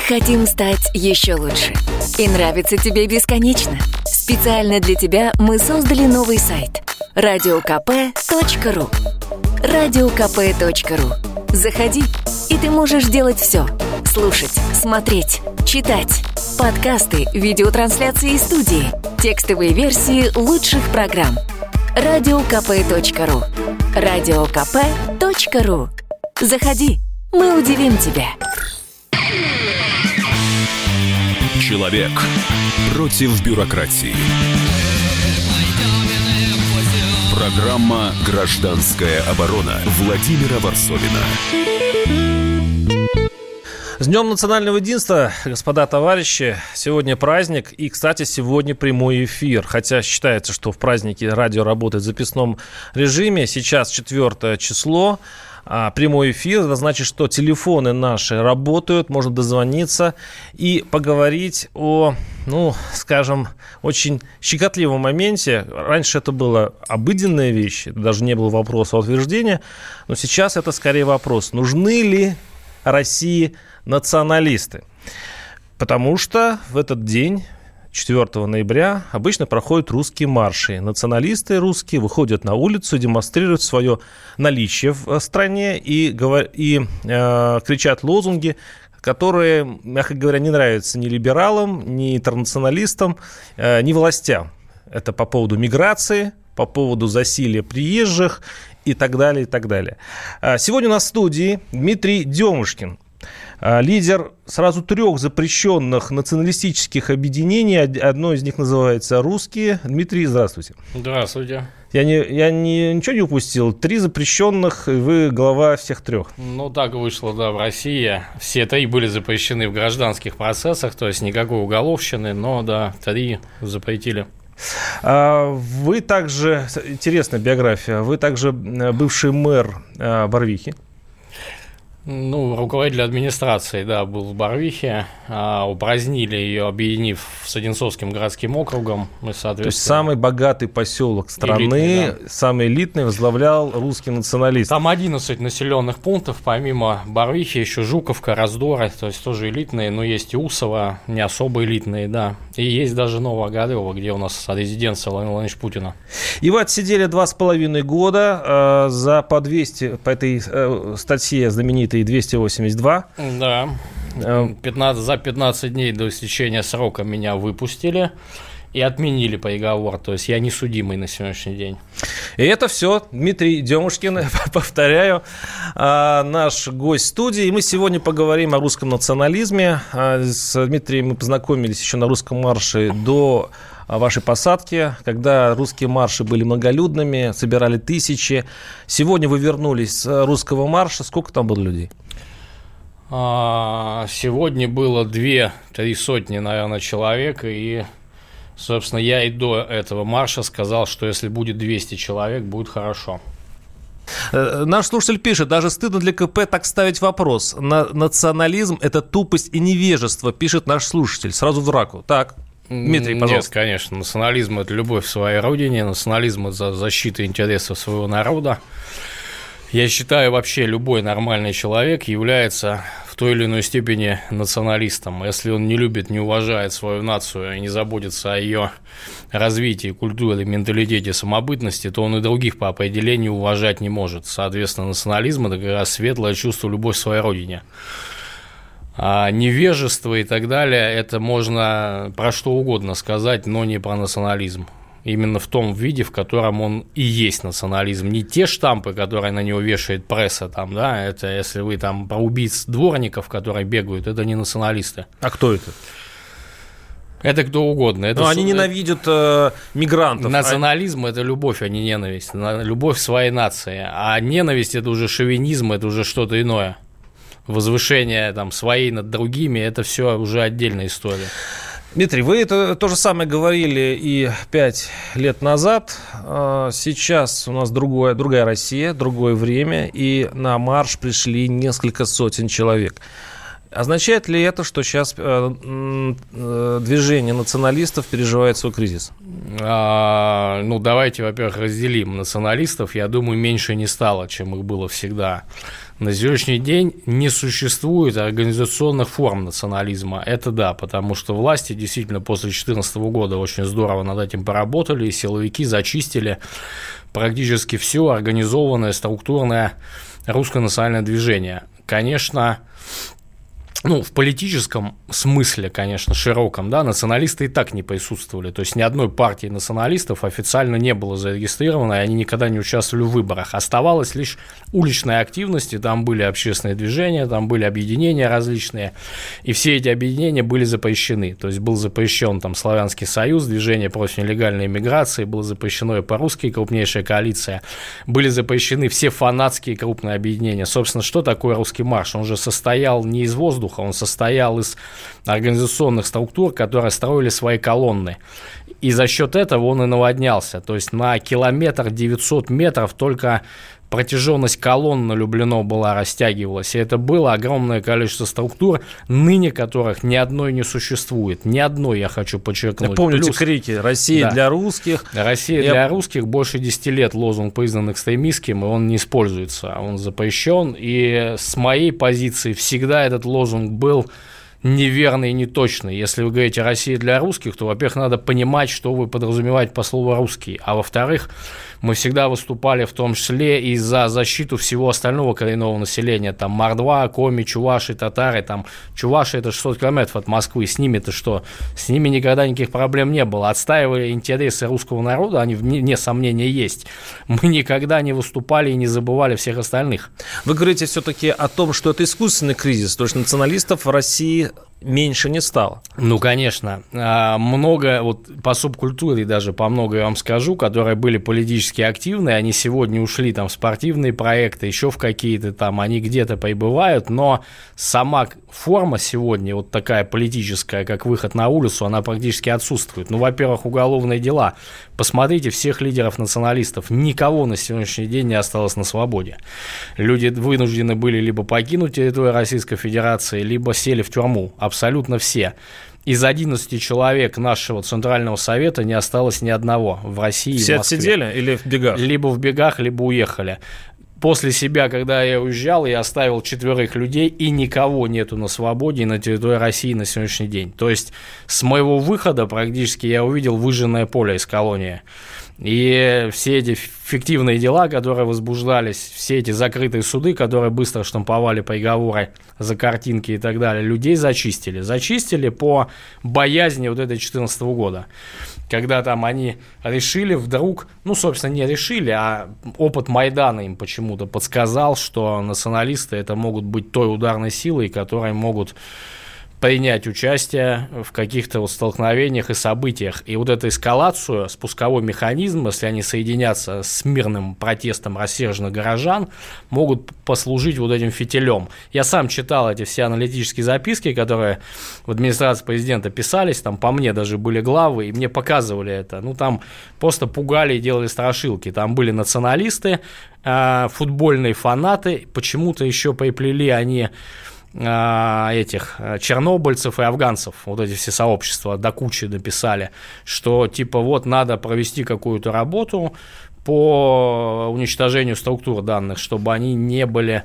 Хотим стать еще лучше. И нравится тебе бесконечно. Специально для тебя мы создали новый сайт radiokp.ru. radiokp.ru. Заходи, и ты можешь делать все. Слушать, смотреть, читать. Подкасты, видеотрансляции из студии, текстовые версии лучших программ. radiokp.ru. radiokp.ru. Заходи, мы удивим тебя. Человек против бюрократии. Программа «Гражданская оборона» Владимира Варсовина. С Днем национального единства, господа товарищи. Сегодня праздник и, кстати, сегодня прямой эфир. Хотя считается, что в празднике радио работает в записном режиме. Сейчас 4 число. Прямой эфир, это значит, что телефоны наши работают, можно дозвониться и поговорить о, скажем, очень щекотливом моменте. Раньше это была обыденная вещь, это даже не был вопрос а утверждения, но сейчас это скорее вопрос, нужны ли России националисты? Потому что в этот день, 4 ноября, обычно проходят русские марши. Националисты русские выходят на улицу, демонстрируют свое наличие в стране и кричат лозунги, которые, мягко говоря, не нравятся ни либералам, ни интернационалистам, ни властям. Это по поводу миграции, по поводу засилия приезжих и так далее, и так далее. Сегодня у нас в студии Дмитрий Демушкин, лидер сразу 3 запрещенных националистических объединений. Одно из них называется «Русские». Дмитрий, здравствуйте. Здравствуйте. Я ничего не упустил. 3 запрещенных, и вы глава всех 3. Так вышло, да, в России. Все 3 были запрещены в гражданских процессах, то есть никакой уголовщины, но, да, 3 запретили. Вы также, интересная биография, вы также бывший мэр Барвихи. Руководитель администрации, да, был в Барвихе, упразднили ее, объединив с Одинцовским городским округом. То есть самый богатый поселок страны, элитный, да. Самый элитный, возглавлял русский националист. Там 11 населенных пунктов, помимо Барвихи, еще Жуковка, Раздоры, то есть тоже элитные, но есть и Усово, не особо элитные, да. И есть даже Новоогарево, где у нас резиденция Владимира Владимировича Путина. И вы отсидели 2,5 года по 200, по этой статье знаменитой 282. Да. За 15 дней до истечения срока меня выпустили и отменили приговор. То есть я не судимый на сегодняшний день. И это все. Дмитрий Демушкин, повторяю, наш гость студии. И мы сегодня поговорим о русском национализме. С Дмитрием мы познакомились еще на русском марше до вашей посадки, когда русские марши были многолюдными, собирали тысячи. Сегодня вы вернулись с русского марша. Сколько там было людей? Сегодня было 2-3 сотни, наверное, человек. И, собственно, я и до этого марша сказал, что если будет 200 человек, будет хорошо. Наш слушатель пишет, даже стыдно для КП так ставить вопрос. Национализм – это тупость и невежество, пишет наш слушатель. Сразу в драку. Так. Дмитрий, пожалуйста. Нет, конечно, национализм – это любовь к своей родине, национализм – это защита интересов своего народа. Я считаю, вообще любой нормальный человек является в той или иной степени националистом. Если он не любит, не уважает свою нацию и не заботится о ее развитии, культуре, менталитете, самобытности, то он и других по определению уважать не может. Соответственно, национализм – это как раз светлое чувство, любовь к своей родине. А невежество и так далее, это можно про что угодно сказать, но не про национализм. Именно в том виде, в котором он и есть национализм. Не те штампы, которые на него вешает пресса, там, да, это если вы там про убийц дворников, которые бегают, это не националисты. А кто это? Это кто угодно. Это они ненавидят мигрантов. Национализм – это любовь, а не ненависть. Любовь к своей нации. А ненависть – это уже шовинизм, это уже что-то иное. Возвышение там, своей над другими – это все уже отдельная история. Дмитрий, вы это то же самое говорили и 5 лет назад. Сейчас у нас другая Россия, другое время, и на марш пришли несколько сотен человек. Означает ли это, что сейчас движение националистов переживает свой кризис? Давайте, во-первых, разделим националистов. Я думаю, меньше не стало, чем их было всегда. На сегодняшний день не существует организационных форм национализма. Это да, потому что власти действительно после 2014 года очень здорово над этим поработали, и силовики зачистили практически все организованное, структурное русское национальное движение. Конечно, в политическом смысле, конечно, широком, да, националисты и так не присутствовали. То есть ни одной партии националистов официально не было зарегистрировано, и они никогда не участвовали в выборах. Оставалась лишь уличная активность, и там были общественные движения, там были объединения различные, и все эти объединения были запрещены. То есть был запрещен там Славянский союз, движение против нелегальной иммиграции, было запрещено и по-русски крупнейшая коалиция, были запрещены все фанатские крупные объединения. Собственно, что такое русский марш? Он же состоял не из воздуха, он состоял из организационных структур, которые строили свои колонны. И за счет этого он и наводнялся. То есть на 900 метров только протяженность колонн на Люблино была, растягивалась. И это было огромное количество структур, ныне которых ни одной не существует. Ни одной, я хочу подчеркнуть. Помните крики «Россия для русских». «Россия для русских» больше 10 лет лозунг признан экстремистским, и он не используется. Он запрещен. И с моей позиции всегда этот лозунг был неверный и неточный. Если вы говорите «Россия для русских», то, во-первых, надо понимать, что вы подразумеваете по слову «русский», а во-вторых, мы всегда выступали в том числе и за защиту всего остального коренного населения, там мордва, коми, чуваши, татары, там чуваши — это 600 километров от Москвы, с ними-то что? С ними никогда никаких проблем не было. Отстаивая интересы русского народа, они вне сомнения есть. Мы никогда не выступали и не забывали всех остальных. Вы говорите все-таки о том, что это искусственный кризис, то есть националистов в России меньше не стало. Ну, конечно. Много, вот по субкультуре даже по много я вам скажу, которые были политически активны, они сегодня ушли там в спортивные проекты, еще в какие-то там, они где-то пребывают, но сама форма сегодня, вот такая политическая, как выход на улицу, она практически отсутствует. Ну, во-первых, уголовные дела. Посмотрите всех лидеров националистов. Никого на сегодняшний день не осталось на свободе. Люди вынуждены были либо покинуть территорию Российской Федерации, либо сели в тюрьму. Абсолютно все. Из 11 человек нашего Центрального Совета не осталось ни одного в России и в Москве. Все отсидели или в бегах? Либо в бегах, либо уехали. После себя, когда я уезжал, я оставил 4 людей, и никого нету на свободе на территории России на сегодняшний день. То есть с моего выхода практически я увидел выжженное поле из колонии. И все эти фиктивные дела, которые возбуждались, все эти закрытые суды, которые быстро штамповали приговоры за картинки и так далее, людей зачистили. Зачистили по боязни вот этой 2014 года. Когда там они решили вдруг, ну, собственно, не решили, а опыт Майдана им почему-то подсказал, что националисты это могут быть той ударной силой, которые могут принять участие в каких-то вот столкновениях и событиях. И вот эту эскалацию, спусковой механизм, если они соединятся с мирным протестом рассерженных горожан, могут послужить вот этим фитилем. Я сам читал эти все аналитические записки, которые в администрации президента писались, там по мне даже были главы, и мне показывали это. Ну, там просто пугали и делали страшилки. Там были националисты, футбольные фанаты, почему-то еще приплели они этих чернобыльцев и афганцев, вот эти все сообщества до кучи дописали, что типа вот надо провести какую-то работу по уничтожению структур данных, чтобы они не были...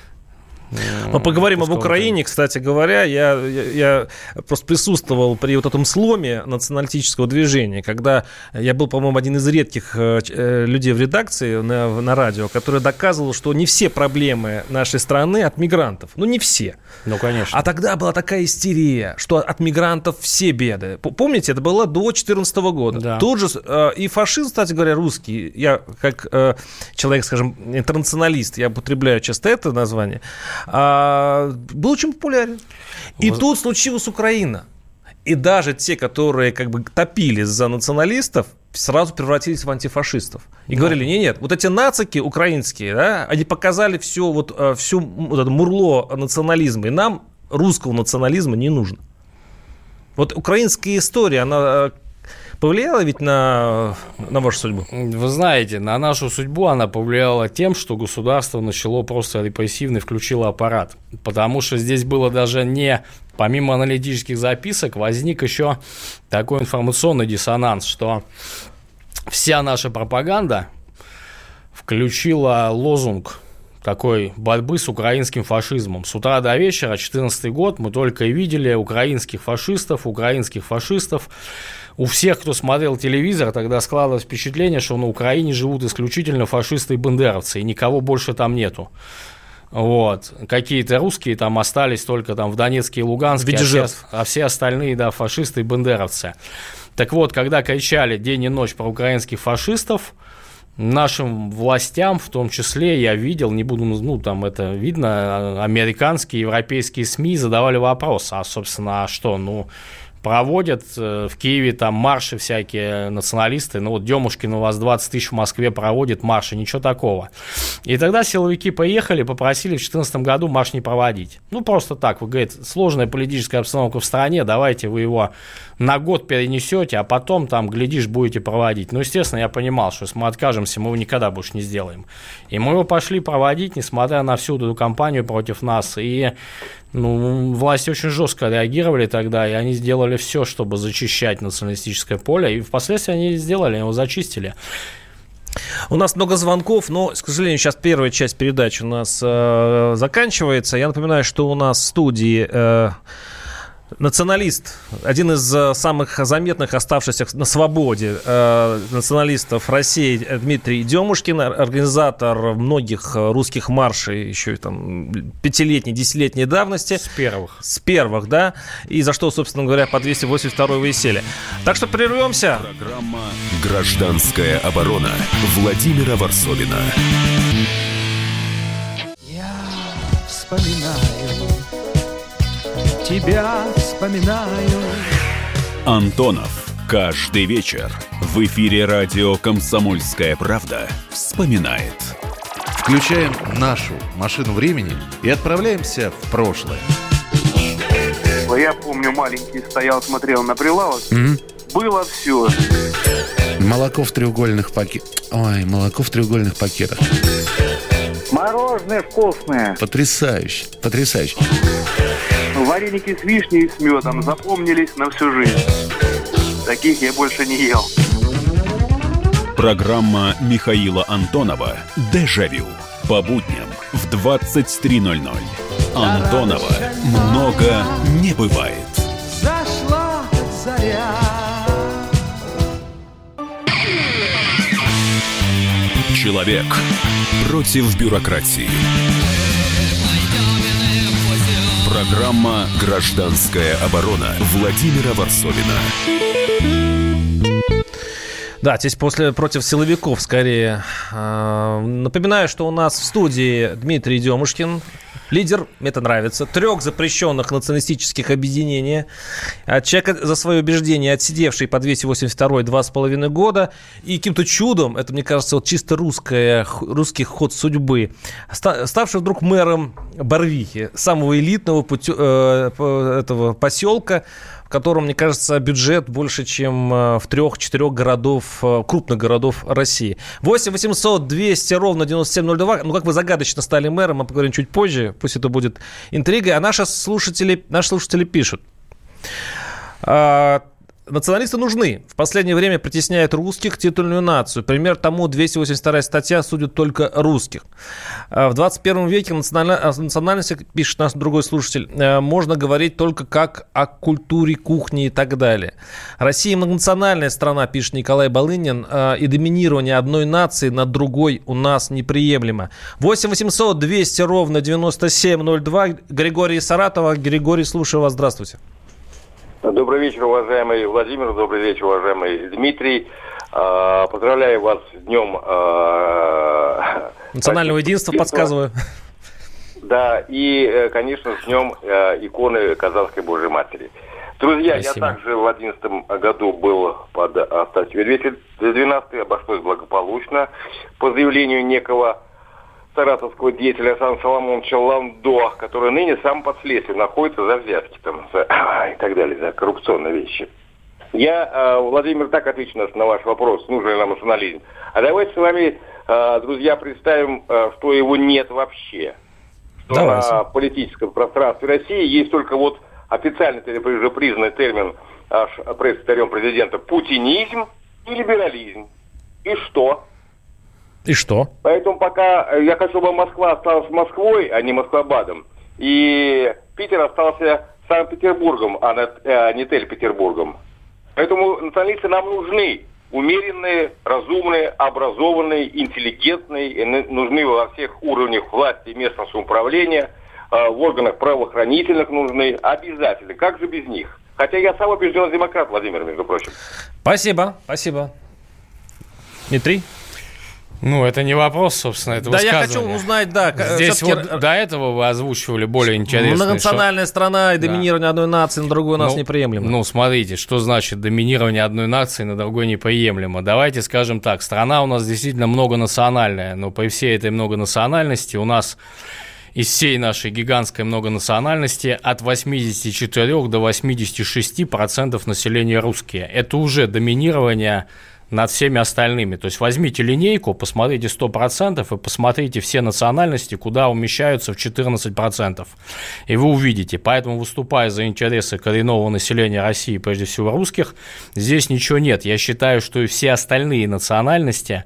Мы поговорим об Украине, кстати говоря. Я просто присутствовал при вот этом сломе националистического движения, когда я был, по-моему, один из редких людей в редакции на радио, который доказывал, что не все проблемы нашей страны от мигрантов. Ну, не все. Ну, конечно. А тогда была такая истерия, что от мигрантов все беды. Помните, это было до 2014 года. Да. Тут же и фашизм, кстати говоря, русский, я как человек, скажем, интернационалист, я употребляю часто это название, был очень популярен. И тут случилась Украина. И даже те, которые как бы топились за националистов, сразу превратились в антифашистов. И говорили, нет, вот эти нацики украинские, да, они показали всю вот это мурло национализма. И нам русского национализма не нужно. Вот украинская история, она... повлияла ведь на вашу судьбу? Вы знаете, на нашу судьбу она повлияла тем, что государство начало просто репрессивно включило аппарат. Потому что здесь было даже не... Помимо аналитических записок, возник еще такой информационный диссонанс, что вся наша пропаганда включила лозунг такой борьбы с украинским фашизмом. С утра до вечера, 2014 год, мы только и видели украинских фашистов. У всех, кто смотрел телевизор, тогда складывалось впечатление, что на Украине живут исключительно фашисты и бандеровцы, и никого больше там нету. Вот. Какие-то русские там остались только там в Донецке и Луганске, а все остальные, да, фашисты и бандеровцы. Так вот, когда кричали день и ночь про украинских фашистов, нашим властям, в том числе, я видел, не буду, там это видно, американские, европейские СМИ задавали вопрос, а, собственно, что, проводят в Киеве там марши всякие националисты, Демушкин у вас 20 тысяч в Москве проводит марши, ничего такого. И тогда силовики поехали, попросили в 2014 году марш не проводить. Просто так, вы говорите, сложная политическая обстановка в стране, давайте вы его на год перенесете, а потом там, глядишь, будете проводить. Естественно, я понимал, что если мы откажемся, мы его никогда больше не сделаем. И мы его пошли проводить, несмотря на всю эту кампанию против нас. И власти очень жестко реагировали тогда, и они сделали все, чтобы зачищать националистическое поле, и впоследствии они сделали, его зачистили. У нас много звонков, но, к сожалению, сейчас первая часть передачи у нас заканчивается. Я напоминаю, что у нас в студии националист, один из самых заметных оставшихся на свободе националистов России Дмитрий Демушкин, организатор многих русских маршей еще там 5-летней, 10-летней давности. С первых, да. И за что, собственно говоря, по 282-й веселье. Так что прервемся. Программа «Гражданская оборона» Владимира Варсобина. Я вспоминаю, тебя вспоминаю. Антонов. Каждый вечер в эфире радио «Комсомольская правда» вспоминает. Включаем нашу машину времени и отправляемся в прошлое. Я помню, маленький стоял, смотрел на прилавок. Было все. Молоко в треугольных пакетах. Ой, молоко в треугольных пакетах. Мороженое вкусное. Потрясающе, потрясающе. Вареники с вишней и с медом запомнились на всю жизнь. Таких я больше не ел. Программа Михаила Антонова «Дежавю». По будням в 23:00. Антонова много не бывает. Зашла заря. Человек против бюрократии. Программа «Гражданская оборона» Владимира Варсобина. Да, здесь против силовиков скорее. Напоминаю, что у нас в студии Дмитрий Демушкин, лидер, мне это нравится, 3 запрещенных националистических объединений. Человек за свои убеждения, отсидевший по 282-й 2,5 года. И каким-то чудом, это, мне кажется, чисто русский ход судьбы, ставший вдруг мэром Барвихи, самого элитного этого поселка, в котором, мне кажется, бюджет больше, чем в 3-4 городов, крупных городов России. 8 800 200 ровно 9702. Как вы загадочно стали мэром, мы поговорим чуть позже. Пусть это будет интригой. А наши слушатели пишут. Националисты нужны. В последнее время притесняют русских, титульную нацию. Пример тому 282 статья судит только русских. В 21 веке о национальности, пишет наш другой слушатель, можно говорить только как о культуре, кухне и так далее. Россия многонациональная страна, пишет Николай Балынин, и доминирование одной нации над другой у нас неприемлемо. 8 800 200 ровно 9702. Григорий из Саратова. Григорий, слушаю вас. Здравствуйте. Добрый вечер, уважаемый Владимир, добрый вечер, уважаемый Дмитрий. Поздравляю вас с днем национального единства, подсказываю. Да, и, конечно, с днем иконы Казанской Божьей Матери. Друзья, спасибо. Я также в 2011 году был под статьей 212, обошлось благополучно по заявлению некого саратовского деятеля Сан Соломоновича Ландо, который ныне сам под следствием находится за взятки и так далее, за коррупционные вещи. Я, Владимир, так отвечу на ваш вопрос, нужен ли нам национализм. А давайте с вами, друзья, представим, что его нет вообще. Что на политическом пространстве России есть только официальный, уже признанный термин пресс-секретарем президента, путинизм и либерализм. И что? И что? Поэтому пока я хочу, чтобы Москва осталась Москвой, а не Москва-Бадом, и Питер остался Санкт-Петербургом, а не Тель-Петербургом. Поэтому националисты нам нужны. Умеренные, разумные, образованные, интеллигентные, нужны во всех уровнях власти и местного самоуправления, в органах правоохранительных нужны, обязательно. Как же без них? Хотя я сам убежденный демократ, Владимир, между прочим. Спасибо. Дмитрий? Ну, это не вопрос, собственно, это высказывание. Да, я хочу узнать, Здесь вот до этого вы озвучивали более интересное. Многонациональная страна и доминирование одной нации на другой у нас неприемлемо. Ну, смотрите, что значит доминирование одной нации на другой неприемлемо. Давайте скажем так, страна у нас действительно многонациональная, но при всей этой многонациональности у нас из всей нашей гигантской многонациональности от 84 до 86% населения русские. Это уже доминирование над всеми остальными. То есть возьмите линейку, посмотрите 100% и посмотрите все национальности, куда умещаются в 14%. И вы увидите. Поэтому, выступая за интересы коренного населения России, прежде всего русских, здесь ничего нет. Я считаю, что и все остальные национальности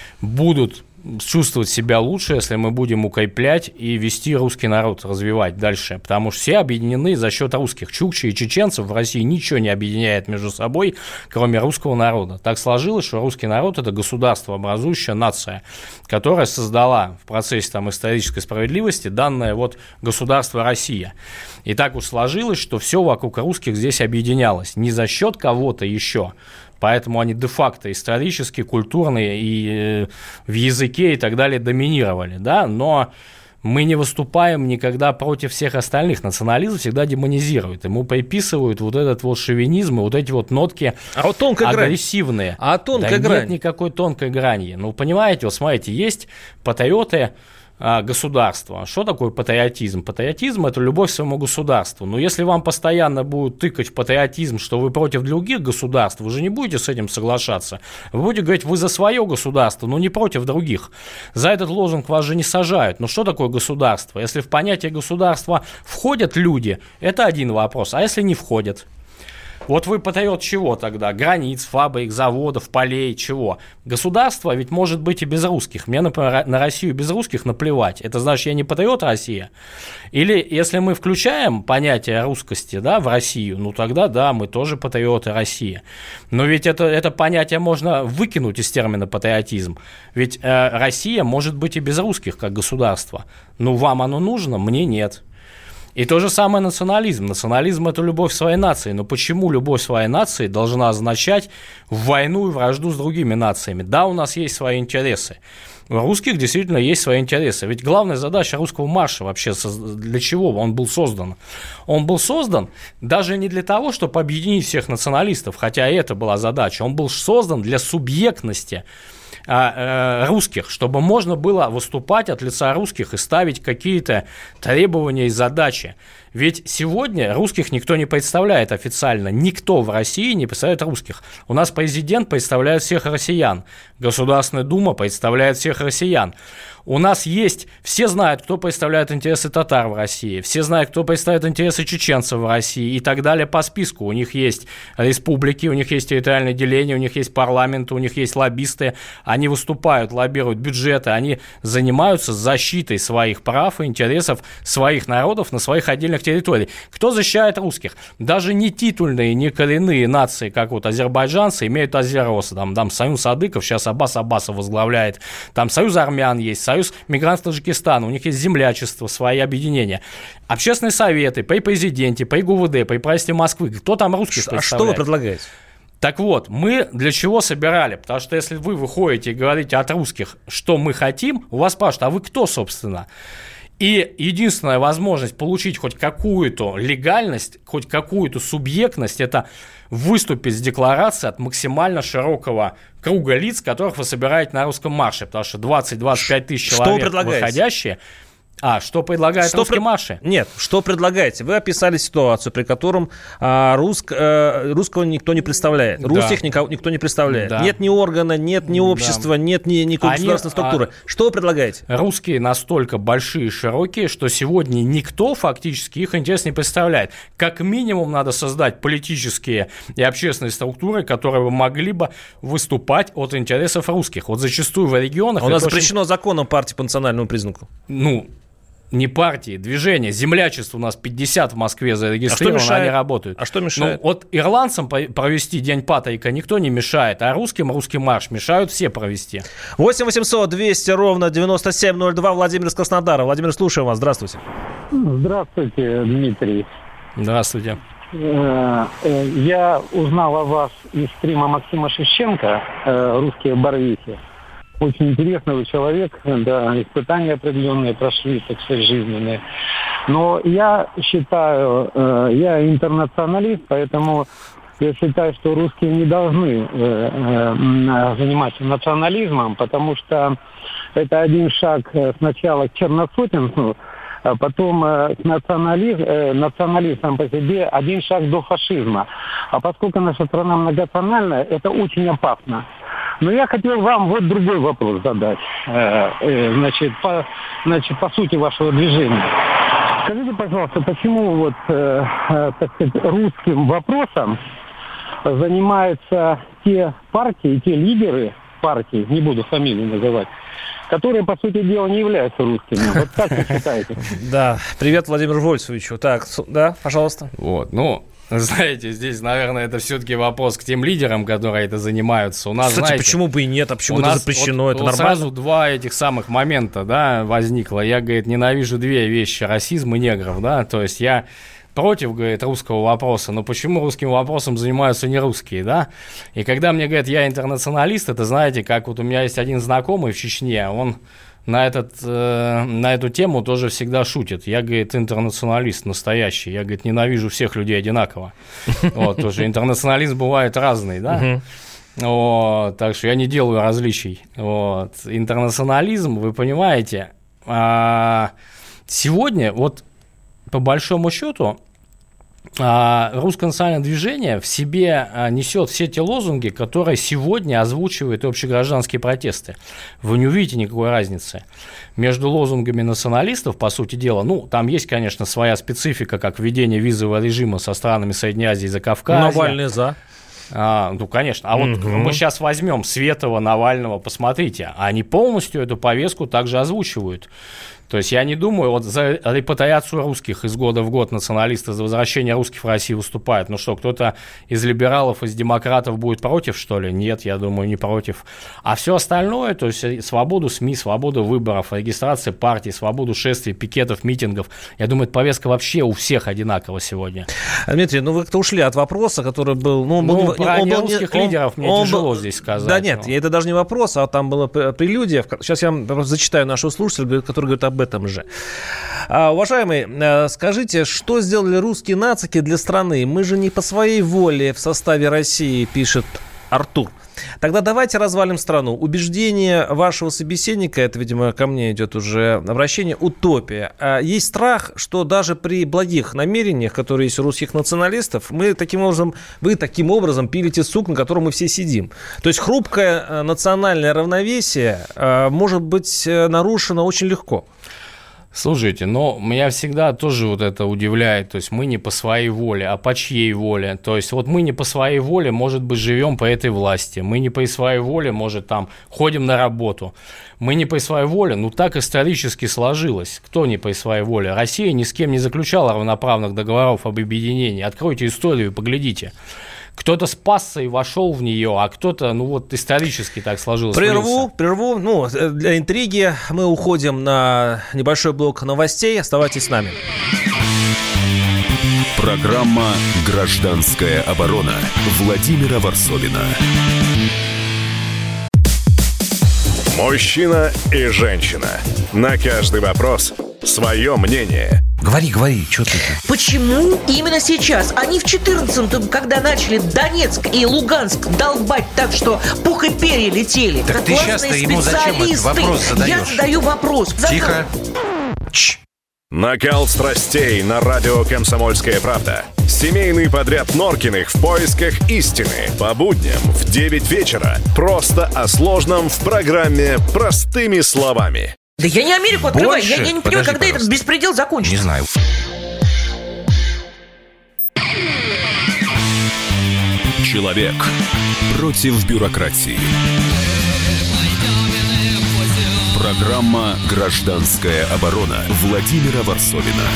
будут чувствовать себя лучше, если мы будем укреплять и вести русский народ, развивать дальше. Потому что все объединены за счет русских. Чукчи и чеченцев в России ничего не объединяет между собой, кроме русского народа. Так сложилось, что русский народ – это государствообразующая нация, которая создала в процессе исторической справедливости данное государство Россия. И так уж сложилось, что все вокруг русских здесь объединялось. Не за счет кого-то еще. Поэтому они де-факто исторически, культурные и в языке и так далее доминировали, да, но мы не выступаем никогда против всех остальных. Национализм всегда демонизирует, ему приписывают этот шовинизм и эти нотки агрессивные. Нет никакой тонкой грани. Ну, понимаете, смотрите, есть патриоты государства. Что такое патриотизм? Патриотизм – это любовь к своему государству. Но если вам постоянно будут тыкать в патриотизм, что вы против других государств, вы же не будете с этим соглашаться. Вы будете говорить, вы за свое государство, но не против других. За этот лозунг вас же не сажают. Но что такое государство? Если в понятие государства входят люди, это один вопрос. А если не входят? Вот вы патриот чего тогда? Границ, фабрик, заводов, полей, чего? Государство ведь может быть и без русских. Мне, например, на Россию без русских наплевать. Это значит, я не патриот России? Или если мы включаем понятие русскости, в Россию, ну тогда да, мы тоже патриоты России. Но ведь это понятие можно выкинуть из термина патриотизм. Ведь Россия может быть и без русских как государство. Ну вам оно нужно, мне нет. И то же самое национализм. Национализм – это любовь к своей нации. Но почему любовь к своей нации должна означать войну и вражду с другими нациями? Да, у нас есть свои интересы. У русских действительно есть свои интересы. Ведь главная задача русского марша вообще, для чего он был создан? Он был создан даже не для того, чтобы объединить всех националистов, хотя и это была задача. Он был создан для субъектности русских, чтобы можно было выступать от лица русских и ставить какие-то требования и задачи. Ведь сегодня русских никто не представляет официально. Никто в России не представляет русских. У нас президент представляет всех россиян. Государственная Дума представляет всех россиян. У нас есть, все знают, кто представляет интересы татар в России, все знают, кто представляет интересы чеченцев в России и так далее по списку. У них есть республики, у них есть территориальное деление, у них есть парламенты, у них есть лоббисты. Они выступают, лоббируют бюджеты, они занимаются защитой своих прав и интересов своих народов на своих отдельных территориях. Кто защищает русских? Даже не титульные, не коренные нации, как азербайджанцы, имеют азеросы. Там Союз Садыков, сейчас Аббас Аббасов возглавляет. Там Союз армян есть, Союз мигрантов Таджикистана, у них есть землячество, свои объединения. Общественные советы при президенте, при ГУВД, при правительстве Москвы. Кто там русских представляет? А что вы предлагаете? Так вот, мы для чего собирали? Потому что если вы выходите и говорите от русских, что мы хотим, у вас спрашивают, а вы кто, собственно? И единственная возможность получить хоть какую-то легальность, хоть какую-то субъектность, это выступить с декларацией от максимально широкого круга лиц, которых вы собираете на русском марше. Потому что 20-25 тысяч человек выходящие. Что предлагает русский марши? Нет, что предлагаете? Вы описали ситуацию, при котором русского никто не представляет. Русских никто не представляет. Да. Нет ни органа, нет ни общества, нет ни государственной структуры. Что вы предлагаете? Русские настолько большие и широкие, что сегодня никто фактически их интерес не представляет. Как минимум надо создать политические и общественные структуры, которые бы могли бы выступать от интересов русских. Вот зачастую в регионах... У нас запрещено законом партии по национальному признаку. Не партии, движения. Землячество у нас 50 в Москве зарегистрировано, они работают. А что мешает? Вот ирландцам провести День Патрика никто не мешает, а русским русский марш мешают все провести. 8 800 200 ровно 9702. Владимир из Краснодара. Владимир, слушаем вас. Здравствуйте. Здравствуйте, Дмитрий. Здравствуйте. Я узнал о вас из стрима Максима Шевченко «Русские барвихи». Очень интересный вы человек, да, испытания определенные прошли, так сказать, жизненные. Но я считаю, я интернационалист, поэтому я считаю, что русские не должны заниматься национализмом, потому что это один шаг сначала к черносотенцу, а потом национализм сам по себе один шаг до фашизма. А поскольку наша страна многонациональная, это очень опасно. Но я хотел вам вот другой вопрос задать, по сути вашего движения. Скажите, пожалуйста, почему вот, так сказать, русским вопросом занимаются те партии, те лидеры партий, не буду фамилии называть, которые, по сути дела, не являются русскими. Вот как вы считаете? Да, привет Владимиру Вольцевичу. Так, да, пожалуйста. Знаете, здесь, наверное, это все-таки вопрос к тем лидерам, которые это занимаются. У нас, кстати, знаете, почему бы и нет, а почему это запрещено, это нормально? Сразу два этих самых момента, да, возникло. Я, говорит, ненавижу две вещи: расизм и негров, да, то есть я против, говорит, русского вопроса, но почему русским вопросом занимаются не русские, да? И когда мне говорят, я интернационалист, это, знаете, как вот у меня есть один знакомый в Чечне, он на эту тему тоже всегда шутит. Я, говорит, интернационалист настоящий. Я, говорит, ненавижу всех людей одинаково. Вот, тоже интернационализм бывает разный, да? Вот, так что я не делаю различий. Вот. Интернационализм, вы понимаете, сегодня, вот по большому счету, русское национальное движение в себе несет все те лозунги, которые сегодня озвучивают общегражданские протесты. Вы не увидите никакой разницы между лозунгами националистов, по сути дела. Там есть, конечно, своя специфика, как введение визового режима со странами Средней Азии и Закавказья. Навальный за. Конечно. Вот мы сейчас возьмем Светова, Навального, посмотрите, они полностью эту повестку также озвучивают. То есть я не думаю, вот за репатриацию русских из года в год националисты, за возвращение русских в Россию выступают. Кто-то из либералов, из демократов будет против, что ли? Нет, я думаю, не против. А все остальное, то есть свободу СМИ, свободу выборов, регистрации партий, свободу шествий, пикетов, митингов, я думаю, эта повестка вообще у всех одинакова сегодня. Дмитрий, вы как-то ушли от вопроса, который был... Про русских лидеров мне тяжело здесь сказать. Да нет, это даже не вопрос, а там была прелюдия. Сейчас я просто зачитаю нашего слушателя, который говорит об этом же. Уважаемый, скажите, что сделали русские нацики для страны? Мы же не по своей воле в составе России, пишет Артур. Тогда давайте развалим страну. Убеждение вашего собеседника, это, видимо, ко мне идет уже обращение, утопия. Есть страх, что даже при благих намерениях, которые есть у русских националистов, вы таким образом пилите сук, на котором мы все сидим. То есть хрупкое национальное равновесие может быть нарушено очень легко. Слушайте, меня всегда тоже вот это удивляет, то есть мы не по своей воле, а по чьей воле, то есть вот мы не по своей воле, может быть, живем по этой власти, мы не по своей воле, может, там, ходим на работу, мы не по своей воле, так исторически сложилось, кто не по своей воле, Россия ни с кем не заключала равноправных договоров об объединении, откройте историю и поглядите. Кто-то спасся и вошел в нее, а кто-то, исторически так сложилось. Прерву. Для интриги мы уходим на небольшой блок новостей. Оставайтесь с нами. Программа «Гражданская оборона» Владимира Варсовина. Мужчина и женщина. На каждый вопрос свое мнение. Говори, что ты? Почему именно сейчас? Они в 14-м, когда начали Донецк и Луганск долбать так, что пух и перья летели. Так ты сейчас-то ему зачем этот вопрос задаешь? Я задаю вопрос. Тихо. Накал страстей на радио «Комсомольская правда». Семейный подряд Норкиных в поисках истины. По будням в 9 вечера. Просто о сложном в программе «Простыми словами». Да я не Америку открываю. Я не понимаю, когда этот беспредел закончится. Не знаю. Человек против бюрократии. Программа «Гражданская оборона» Владимира Варсовина.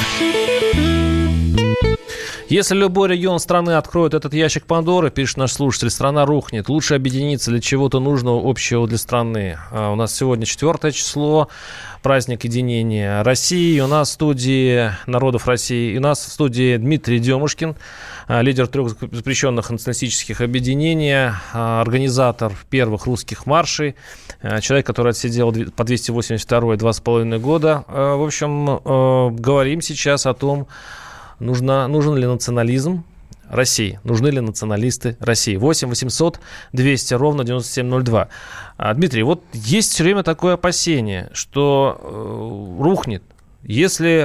Если любой регион страны откроет этот ящик Пандоры, пишет наш слушатель, страна рухнет. Лучше объединиться для чего-то нужного, общего для страны. У нас сегодня 4 число, праздник единения России. У нас в студии народов России. И у нас в студии Дмитрий Демушкин, лидер 3 запрещенных националистических объединений, организатор первых русских маршей, человек, который отсидел по 282 2,5 года. В общем, говорим сейчас о том, нужен ли национализм России? Нужны ли националисты России? 8 800 200 ровно 9702. Дмитрий, вот есть все время такое опасение, что рухнет. Если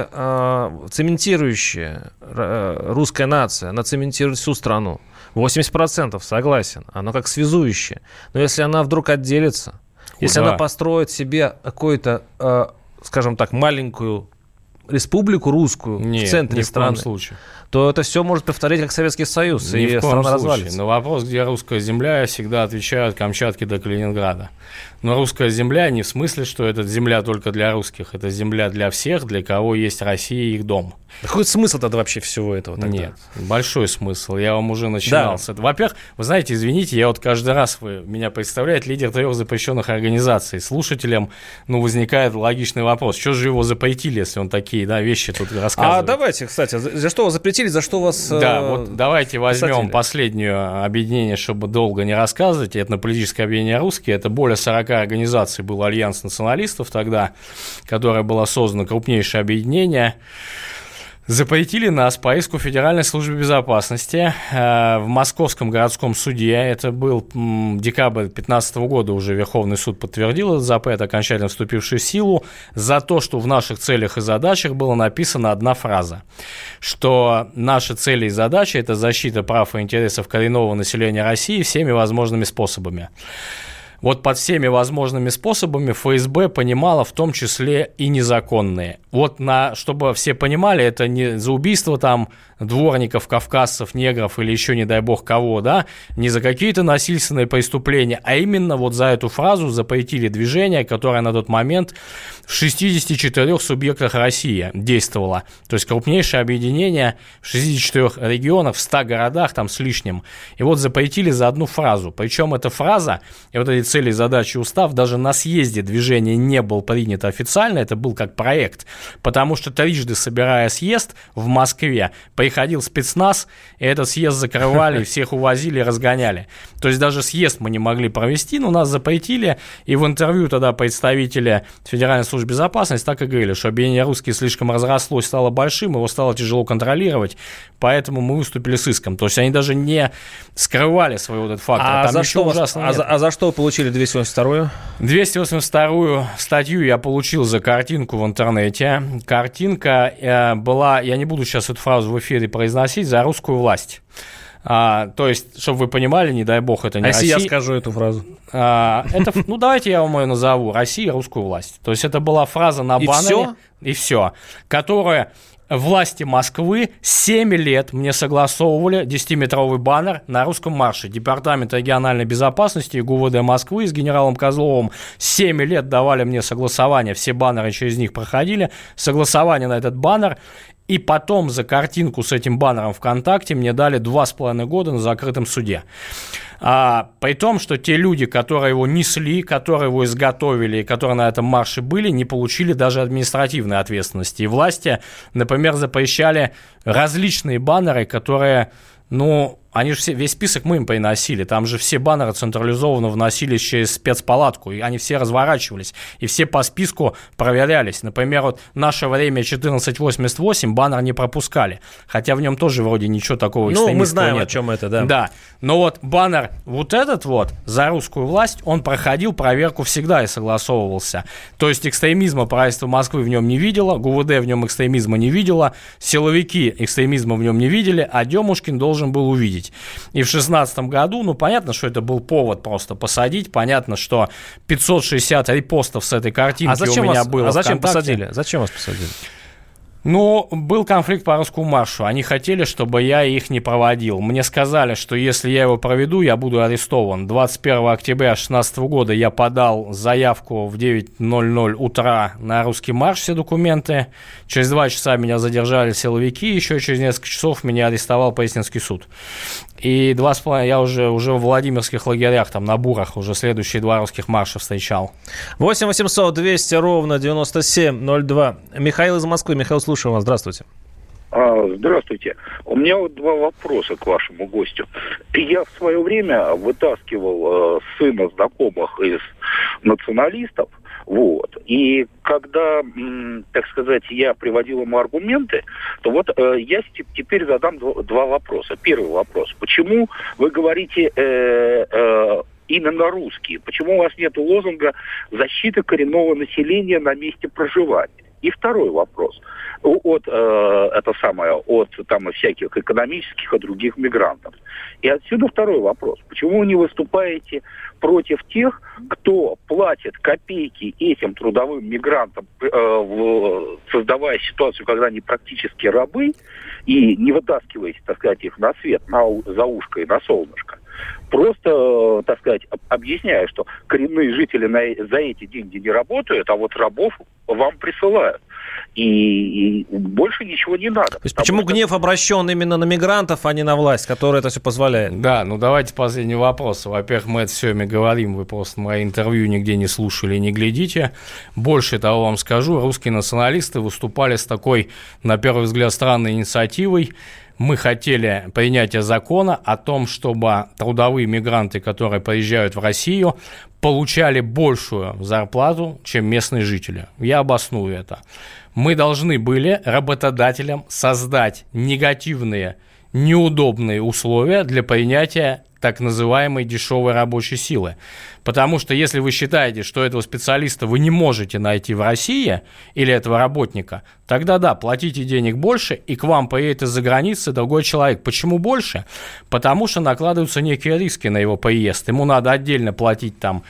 цементирующая русская нация, она цементирует всю страну, 80% согласен, она как связующая. Но если она вдруг отделится, если она построит себе какую-то, скажем так, маленькую республику русскую в центре страны, то это все может повторить как Советский Союз, и страна развалится. На вопрос, где русская земля, я всегда отвечаю от Камчатки до Калининграда. Но русская земля не в смысле, что это земля только для русских, это земля для всех, для кого есть Россия и их дом. Какой смысл тогда вообще всего этого тогда? Нет, большой смысл. Я вам уже начинал с этого. Во-первых, вы знаете, извините, я вот каждый раз, вы меня представляете, лидер 3 запрещенных организаций. Слушателям, возникает логичный вопрос, что же его запретили, если он такие, вещи тут рассказывает. А давайте, кстати, за что вас запретили, за что вас вот давайте возьмем последнее объединение, чтобы долго не рассказывать. Этнополитическое объединение «Русские». Это более 40 организаций, был альянс националистов тогда, которое было создано, крупнейшее объединение. Запретили нас по иску Федеральной службы безопасности в Московском городском суде. Это был декабрь 2015 года, уже Верховный суд подтвердил этот запрет, окончательно вступивший в силу, за то, что в наших целях и задачах была написана одна фраза, что наши цели и задачи – это защита прав и интересов коренного населения России всеми возможными способами. Вот под всеми возможными способами ФСБ понимала в том числе и незаконные. Вот чтобы все понимали, это не за убийство там дворников, кавказцев, негров или еще, не дай бог, кого, не за какие-то насильственные преступления, а именно вот за эту фразу запретили движение, которое на тот момент в 64 субъектах России действовало. То есть крупнейшее объединение в 64 регионах, в 100 городах там с лишним. И вот запретили за одну фразу. Причем эта фраза и вот эти цели, задачи, устав даже на съезде движения не был принят официально, это был как проект, потому что трижды, собирая съезд в Москве, приходил спецназ, и этот съезд закрывали, всех увозили, разгоняли. То есть даже съезд мы не могли провести, но нас запретили, и в интервью тогда представители Федеральной службы безопасности так и говорили, что объединение «Русские» слишком разрослось, стало большим, его стало тяжело контролировать, поэтому мы выступили с иском. То есть они даже не скрывали свой вот этот фактор. За что вы получили 282-ю? 282-ю статью я получил за картинку в интернете. Картинка была, я не буду сейчас эту фразу в эфире произносить, за русскую власть. То есть, чтобы вы понимали, не дай бог, это не Россия. Если я скажу эту фразу? Давайте я вам ее назову. Россия, русскую власть. То есть, это была фраза на баннере. И все. Которая... Власти Москвы 7 лет мне согласовывали 10-метровый баннер на русском марше. Департамент региональной безопасности и ГУВД Москвы с генералом Козловым 7 лет давали мне согласование. Все баннеры через них проходили. Согласование на этот баннер. И потом за картинку с этим баннером ВКонтакте мне дали 2,5 года на закрытом суде. При том, что те люди, которые его несли, которые его изготовили и которые на этом марше были, не получили даже административной ответственности. И власти, например, запрещали различные баннеры, которые, они же весь список мы им приносили. Там же все баннеры централизованно вносились через спецпалатку, и они все разворачивались, и все по списку проверялись. Например, вот «Наше время 1488» баннер не пропускали, хотя в нем тоже вроде ничего такого экстремистского нет. Мы знаем, о чем это, да. Да, но вот баннер вот этот вот «За русскую власть», он проходил проверку всегда и согласовывался. То есть экстремизма правительство Москвы в нем не видело, ГУВД в нем экстремизма не видело, силовики экстремизма в нем не видели, а Демушкин должен был увидеть. И в 2016 году, ну, понятно, что это был повод просто посадить, понятно, что 560 репостов с этой картинки у меня было. А зачем ВКонтакте. посадили? Зачем вас посадили? Ну, был конфликт по русскому маршу. Они хотели, чтобы я их не проводил. Мне сказали, что если я его проведу, я буду арестован. 21 октября 2016 года я подал заявку в 9:00 утра на русский марш, все документы. Через 2 часа меня задержали силовики, еще через несколько часов меня арестовал Пресненский суд. И 2,5 я уже в Владимирских лагерях, там на Бурах, уже следующие 2 русских марша встречал. 8 800 200 ровно 9702. Михаил из Москвы. Михаил, слушаю вас. Здравствуйте. Здравствуйте. У меня вот 2 вопроса к вашему гостю. Я в свое время вытаскивал сына знакомых из националистов, вот. И когда, так сказать, я приводил ему аргументы, то вот я теперь задам 2 вопроса. Первый вопрос. Почему вы говорите именно русские? Почему у вас нет лозунга «Защита коренного населения на месте проживания»? И второй вопрос. От там всяких экономических и других мигрантов. И отсюда второй вопрос. Почему вы не выступаете против тех, кто платит копейки этим трудовым мигрантам, создавая ситуацию, когда они практически рабы, и не вытаскиваете, так сказать, их на свет, за ушко и на солнышко? Просто, так сказать, объясняю, что коренные жители за эти деньги не работают, а вот рабов вам присылают. И больше ничего не надо. То есть почему гнев обращен именно на мигрантов, а не на власть, которая это все позволяет? Да, ну давайте последний вопрос. Во-первых, мы это все говорим, вы просто мои интервью нигде не слушали и не глядите. Больше того вам скажу, русские националисты выступали с такой, на первый взгляд, странной инициативой. Мы хотели принятия закона о том, чтобы трудовые мигранты, которые приезжают в Россию, получали большую зарплату, чем местные жители. Я обосную это. Мы должны были работодателям создать негативные, неудобные условия для принятия так называемой дешевой рабочей силы. Потому что если вы считаете, что этого специалиста вы не можете найти в России или этого работника, тогда да, платите денег больше, и к вам поедет из-за границы другой человек. Почему больше? Потому что накладываются некие риски на его приезд. Ему надо отдельно платить там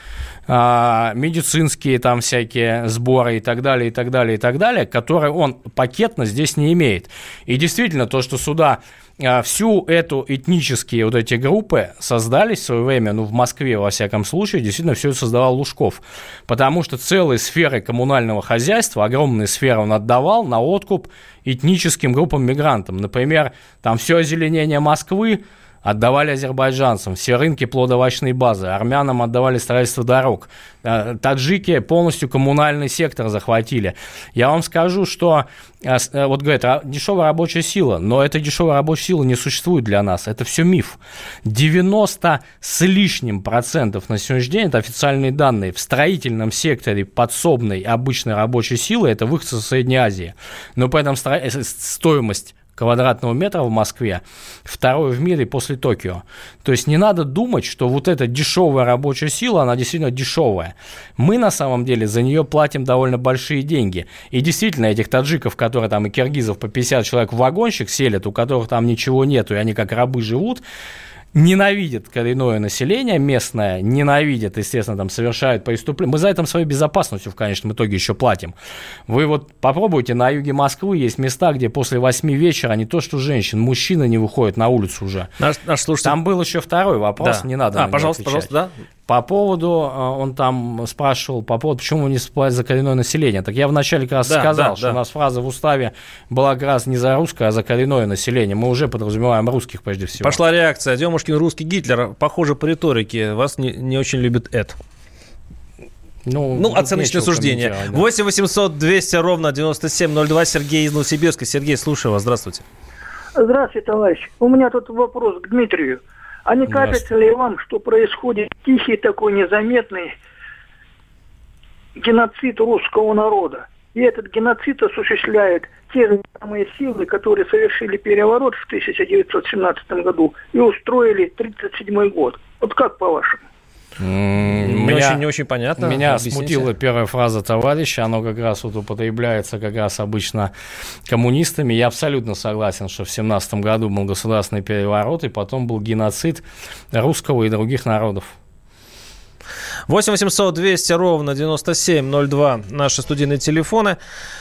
медицинские там всякие сборы и так далее, и так далее, и так далее, которые он пакетно здесь не имеет. И действительно, то, что сюда всю эту этнические вот эти группы создались в свое время, ну, в Москве, во всяком случае, действительно, все это создавал Лужков. Потому что целые сферы коммунального хозяйства, огромные сферы он отдавал на откуп этническим группам мигрантам. Например, там все озеленение Москвы отдавали азербайджанцам, все рынки плодоовощной базы, армянам отдавали строительство дорог, таджики полностью коммунальный сектор захватили. Я вам скажу, что вот говорят, дешевая рабочая сила, но эта дешевая рабочая сила не существует для нас, это все миф. 90 с лишним процентов на сегодняшний день, это официальные данные, в строительном секторе подсобной обычной рабочей силы, это выходцы из Средней Азии, но при этом стоимость квадратного метра в Москве второй в мире после Токио. То есть не надо думать, что вот эта дешевая рабочая сила, она действительно дешевая. Мы на самом деле за нее платим довольно большие деньги. И действительно этих таджиков, которые там и киргизов по 50 человек в вагончик селят, у которых там ничего нету, и они как рабы живут, ненавидят коренное население местное, ненавидят, естественно, там совершают преступления. Мы за это своей безопасностью в конечном итоге еще платим. Вы вот попробуйте, на юге Москвы есть места, где после 8 вечера не то что женщин, мужчины не выходят на улицу уже. Наш слушатель... Там был еще второй вопрос, да. Не надо на него пожалуйста, отвечать. Пожалуйста, да. По поводу, он там спрашивал, по поводу, почему вы не выступаете за коренное население. Так я вначале как раз сказал, что у нас фраза в уставе была как раз не за русское, а за коренное население. Мы уже подразумеваем русских прежде всего. Пошла реакция. Демушкин русский Гитлер. Похоже по риторике. Вас не очень любит Эд. Ну, оценочное суждение. 8 800 200 ровно 9702. Сергей из Новосибирска. Сергей, слушаю вас. Здравствуйте. Здравствуйте, товарищ. У меня тут вопрос к Дмитрию. А не кажется ли вам, что происходит тихий такой незаметный геноцид русского народа? И этот геноцид осуществляют те же самые силы, которые совершили переворот в 1917 году и устроили 1937 год. Вот как по-вашему? Не очень понятно. Меня Объясните. смутила первая фраза товарища, оно как раз вот употребляется как раз обычно коммунистами. Я абсолютно согласен, что в 1917 году был государственный переворот, и потом был геноцид русского и других народов. 8 800 200 ровно 9702 наши студийные телефоны.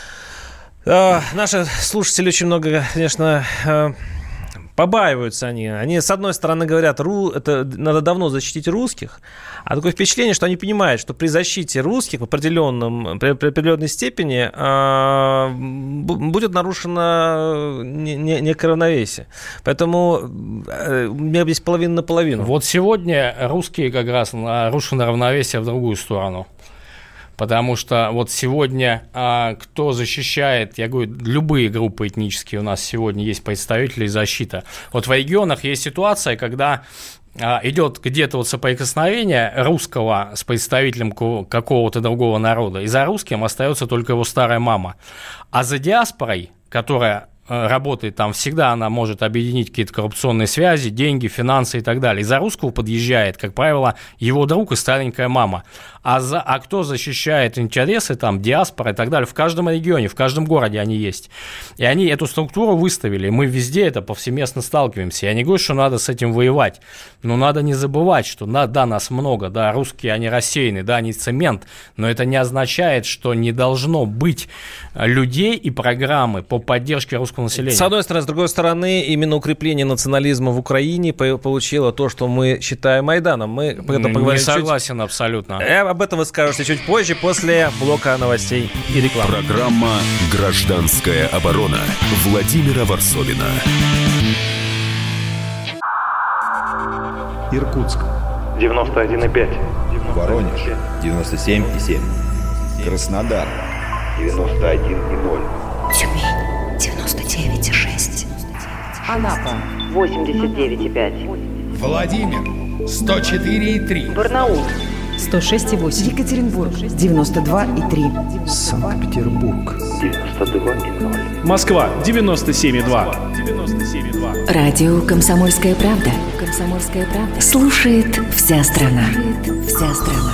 Наши слушатели очень много, конечно, побаиваются они. Они, с одной стороны, говорят, это надо давно защитить русских, а такое впечатление, что они понимают, что при защите русских при определенной степени будет нарушено некое равновесие. Поэтому у меня здесь половина на половину. Вот сегодня русские как раз нарушено равновесие в другую сторону. Потому что вот сегодня кто защищает, я говорю, любые группы этнические у нас сегодня есть представители и защита. Вот в регионах есть ситуация, когда идет где-то вот соприкосновение русского с представителем какого-то другого народа, и за русским остается только его старая мама. А за диаспорой, которая работает там, всегда она может объединить какие-то коррупционные связи, деньги, финансы и так далее. И за русского подъезжает, как правило, его друг и старенькая мама. А кто защищает интересы, там, диаспора и так далее, в каждом регионе, в каждом городе они есть. И они эту структуру выставили, мы везде это повсеместно сталкиваемся. Я не говорю, что надо с этим воевать, но надо не забывать, что да, нас много, да, русские, они рассеяны, да, они цемент, но это не означает, что не должно быть людей и программы по поддержке русского населения. С одной стороны, с другой стороны, именно укрепление национализма в Украине получило то, что мы считаем Майданом. Мы не согласен абсолютно. Об этом вы скажете чуть позже, после блока новостей и рекламы. Программа «Гражданская оборона» Владимира Варсовина. Иркутск 91,5. Воронеж 97,7. Краснодар 91,0. Тюмень 99,6. Анапа 89,5. Владимир 104,3. Барнаул 106,8. Екатеринбург 92,3. Санкт-Петербург 92,0. Москва 97,2. Радио «Комсомольская правда». «Комсомольская правда». Слушает вся страна. Вся страна.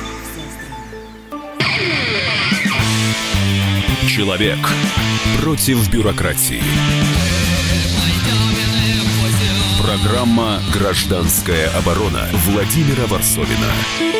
Человек против бюрократии. Программа «Гражданская оборона» Владимира Варсовина.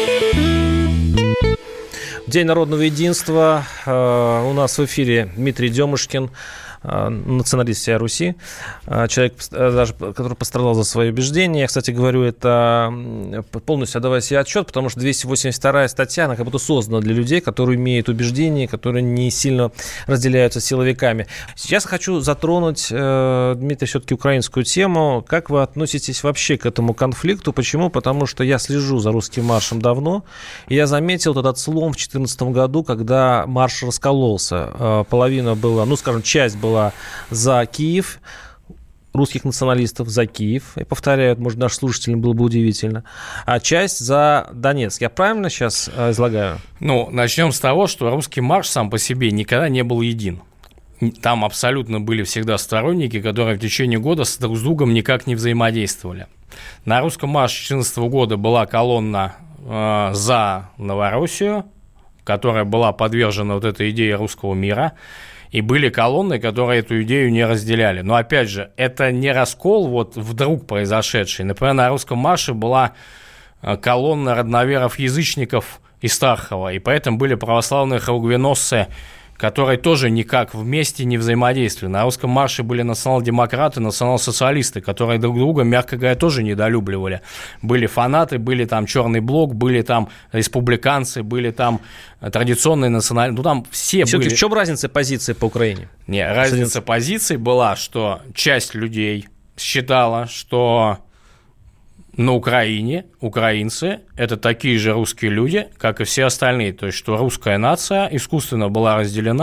День народного единства. У нас в эфире Дмитрий Демушкин, националист всей Руси, человек, даже, который пострадал за свои убеждения. Я, кстати, говорю это полностью отдавая себе отчет, потому что 282-я статья, она как будто создана для людей, которые имеют убеждения, которые не сильно разделяются с силовиками. Сейчас хочу затронуть, Дмитрий, все-таки украинскую тему. Как вы относитесь вообще к этому конфликту? Почему? Потому что я слежу за русским маршем давно, и я заметил этот слом в 2014 году, когда марш раскололся. Половина была, часть была за Киев, русских националистов за Киев, и повторяю, может, нашим слушателям было бы удивительно, а часть за Донецк. Я правильно сейчас излагаю? Начнем с того, что русский марш сам по себе никогда не был един. Там абсолютно были всегда сторонники, которые в течение года друг с другом никак не взаимодействовали. На русском марше 2014 года была колонна за Новороссию, которая была подвержена вот этой идее русского мира. И были колонны, которые эту идею не разделяли. Но, опять же, это не раскол вдруг произошедший. Например, на русском марше была колонна родноверов-язычников из Стархова, и поэтому были православные хаугвеносцы, которые тоже никак вместе не взаимодействовали. На русском марше были национал-демократы, национал-социалисты, которые друг друга, мягко говоря, тоже недолюбливали. Были фанаты, были там Черный блок, были там республиканцы, были там традиционные национальные... там все все-таки были... в чем разница позиции по Украине? Разница позиций была, что часть людей считала, что на Украине украинцы – это такие же русские люди, как и все остальные. То есть, что русская нация искусственно была разделена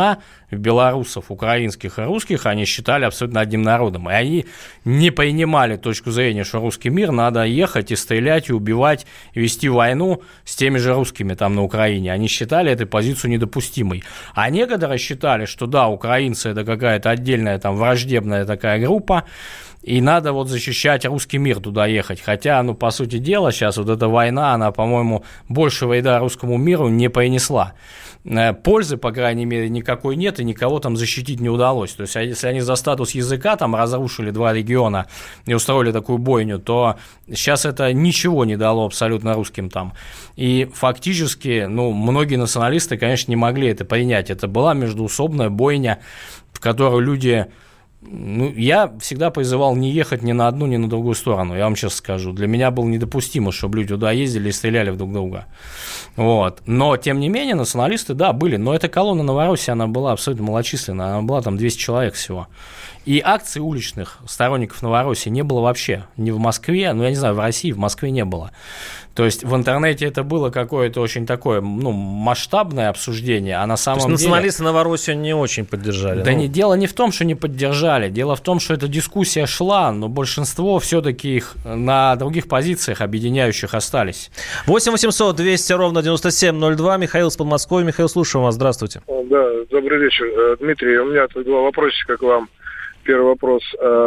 белорусов, украинских и русских, они считали абсолютно одним народом. И они не принимали точку зрения, что русский мир надо ехать и стрелять, и убивать, и вести войну с теми же русскими там на Украине. Они считали эту позицию недопустимой. А некоторые считали, что да, украинцы – это какая-то отдельная там враждебная такая группа, и надо вот защищать русский мир, туда ехать. Хотя, ну, по сути дела, сейчас вот эта война, она, по-моему, больше вреда русскому миру не принесла. Пользы, по крайней мере, никакой нет, и никого там защитить не удалось. То есть, если они за статус языка там разрушили 2 региона и устроили такую бойню, то сейчас это ничего не дало абсолютно русским там. И фактически, ну, многие националисты, конечно, не могли это принять. Это была междоусобная бойня, в которую люди... Ну, я всегда призывал не ехать ни на одну, ни на другую сторону, я вам честно скажу. Для меня было недопустимо, чтобы люди туда ездили и стреляли друг в друга. Вот. Но, тем не менее, националисты, да, были. Но эта колонна Новороссии, она была абсолютно малочисленная. Она была там 200 человек всего. И акций уличных сторонников Новороссии не было вообще. Ни в Москве, ну, я не знаю, в России, в Москве не было. То есть в интернете это было какое-то очень такое, ну, масштабное обсуждение, а на самом деле... националисты Новороссию не очень поддержали. Да, дело не в том, что не поддержали, дело в том, что эта дискуссия шла, но большинство все-таки их на других позициях объединяющих остались. 8 800 200 ровно 9702. Михаил из Подмосковья. Михаил, слушаем вас. Здравствуйте. Да, добрый вечер. Дмитрий, у меня тут 2 вопросика к вам. Первый вопрос.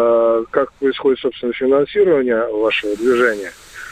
Как происходит, собственно, финансирование вашего движения?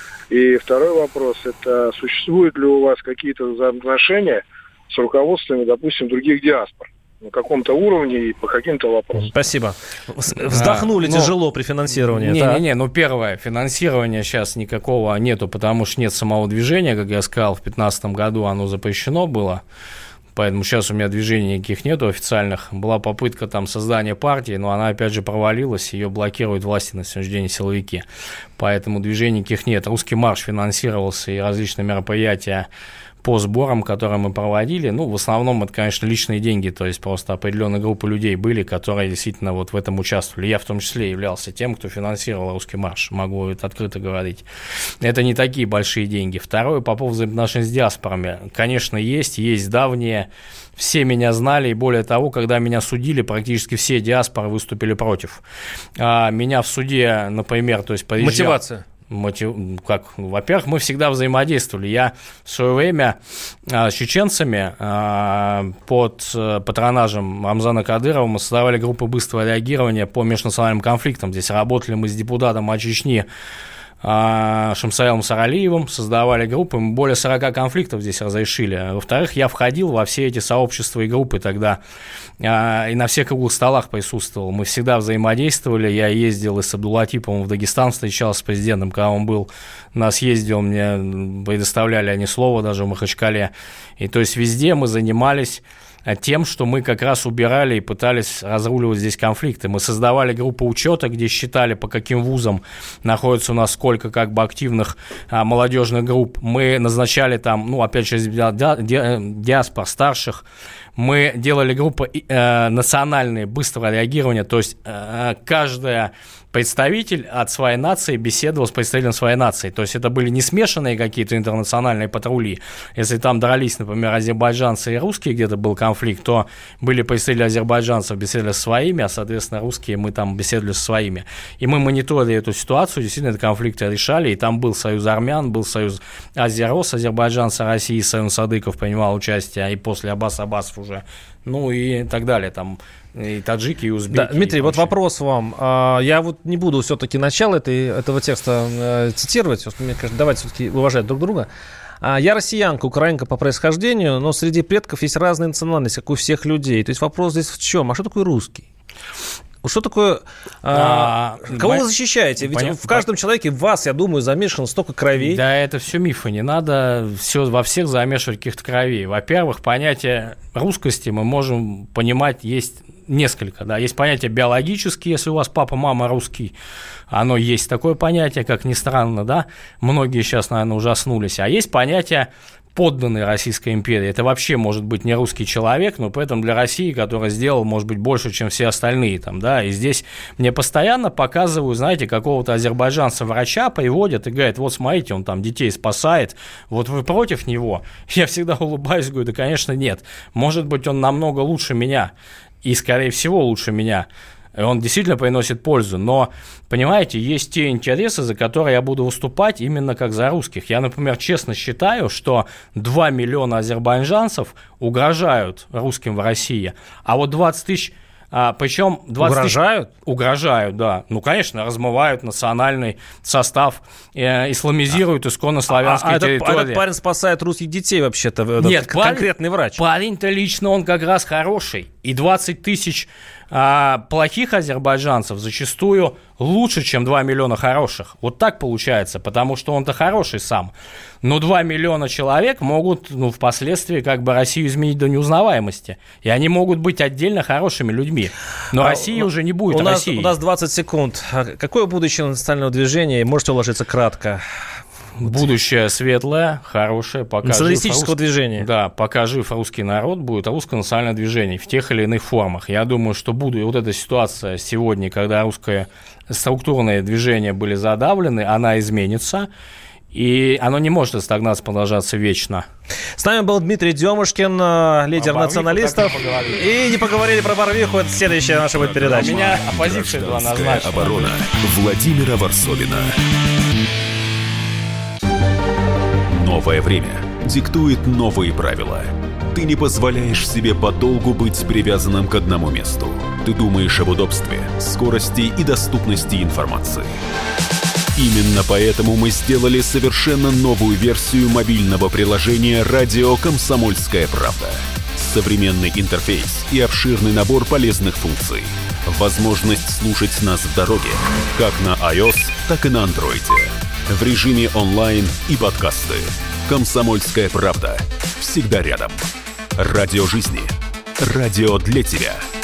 И второй вопрос, это существуют ли у вас какие-то взаимоотношения с руководствами, допустим, других диаспор? На каком-то уровне и по каким-то вопросам. Спасибо. Вздохнули тяжело при финансировании. Не, ну первое, финансирования сейчас никакого нету, потому что нет самого движения, как я сказал, в 2015 году оно запрещено было. Поэтому сейчас у меня движений никаких нету официальных. Была попытка там создания партии, но она опять же провалилась, ее блокируют власти на сегодняшний день, силовики. Поэтому движений никаких нет. Русский марш финансировался и различные мероприятия по сборам, которые мы проводили. Ну, в основном это, конечно, личные деньги, то есть просто определенная группа людей были, которые действительно вот в этом участвовали. Я в том числе являлся тем, кто финансировал русский марш, могу это открыто говорить. Это не такие большие деньги. Второе, по поводу взаимоотношений с диаспорами. Конечно, есть давние, все меня знали, и более того, когда меня судили, практически все диаспоры выступили против. Меня в суде, например, то есть приезжал... Мотивация. Во-первых, мы всегда взаимодействовали. Я в свое время с чеченцами под патронажем Рамзана Кадырова мы создавали группу быстрого реагирования по межнациональным конфликтам. Здесь работали мы с депутатом от Чечни Шамсаилом Саралиевым, создавали группы, мы более 40 конфликтов здесь разрешили. Во-вторых, я входил во все эти сообщества и группы тогда, и на всех круглых столах присутствовал. Мы всегда взаимодействовали, я ездил и с Абдулатиповым в Дагестан, встречался с президентом, когда он был на съезде, мне предоставляли они слово даже в Махачкале. И то есть везде мы занимались тем, что мы как раз убирали и пытались разруливать здесь конфликты. Мы создавали группу учета, где считали, по каким вузам находится у нас сколько как бы активных молодежных групп. Мы назначали там, ну, опять же, диаспор старших. Мы делали группы национальные быстрого реагирования, то есть каждая представитель от своей нации беседовал с представителем своей нации. То есть это были не смешанные какие-то интернациональные патрули. Если там дрались, например, азербайджанцы и русские, где-то был конфликт, то были представители азербайджанцев, беседовали со своими, а, соответственно, русские мы там беседовали со своими. И мы мониторили эту ситуацию, действительно, этот конфликт решали, и там был союз армян, был союз Азерос, азербайджанцы России, Саюн Садыков принимал участие, и после Аббас Аббасов уже, ну и так далее, там и таджики, и узбеки. Да, Дмитрий, вот вопрос вам. Я вот не буду все-таки начало этого текста цитировать. Мне кажется, давайте все-таки уважать друг друга. Я россиянка, украинка по происхождению, но среди предков есть разные национальности, как у всех людей. То есть вопрос здесь в чем? А что такое русский? Что такое... кого вы защищаете? Ведь в каждом человеке, в вас, я думаю, замешано столько кровей. Да, это все мифы. Не надо во всех замешивать каких-то кровей. Во-первых, понятие русскости мы можем понимать есть несколько. Да. Есть понятие биологическое, если у вас папа, мама русский. Оно есть такое понятие, как ни странно, да. Многие сейчас, наверное, ужаснулись. А есть понятие подданный Российской империи. Это вообще может быть не русский человек, но поэтому для России, который сделал, может быть, больше, чем все остальные там, да, и здесь мне постоянно показывают, знаете, какого-то азербайджанца-врача приводят и говорят, вот смотрите, он там детей спасает, вот вы против него? Я всегда улыбаюсь, говорю, да, конечно, нет. Может быть, он намного лучше меня, и, скорее всего, лучше меня. Он действительно приносит пользу, но, понимаете, есть те интересы, за которые я буду выступать именно как за русских. Я, например, честно считаю, что 2 миллиона азербайджанцев угрожают русским в России, а вот 20 тысяч... Причем 20 угрожают? Угрожают, да. Ну, конечно, размывают национальный состав, исламизируют исконно славянские территории. Этот парень спасает русских детей вообще-то? Нет, конкретный врач. Парень-то лично он как раз хороший. И 20 тысяч плохих азербайджанцев зачастую лучше, чем 2 миллиона хороших. Вот так получается, потому что он-то хороший сам. Но 2 миллиона человек могут, впоследствии как бы Россию изменить до неузнаваемости. И они могут быть отдельно хорошими людьми. Но Россия уже не будет Россией. У нас 20 секунд. Какое будущее национального движения? Можете уложиться кратко? Будущее светлое, хорошее. Националистического движения. Да, пока жив русский народ, будет русское национальное движение в тех или иных формах. Я думаю, что вот эта ситуация сегодня, когда русское структурные движения были задавлены, она изменится. И оно не может эта стагнация продолжаться вечно. С нами был Дмитрий Демушкин, лидер националистов. И не поговорили про Барвиху. Это следующая наша будет передача. У меня оппозиция была назначена. Оборона Владимира Варсовина. Новое время диктует новые правила. Ты не позволяешь себе подолгу быть привязанным к одному месту. Ты думаешь об удобстве, скорости и доступности информации. Именно поэтому мы сделали совершенно новую версию мобильного приложения «Радио Комсомольская правда». Современный интерфейс и обширный набор полезных функций. Возможность слушать нас в дороге, как на iOS, так и на Android. В режиме онлайн и подкасты. «Комсомольская правда». Всегда рядом. Радио жизни. Радио для тебя.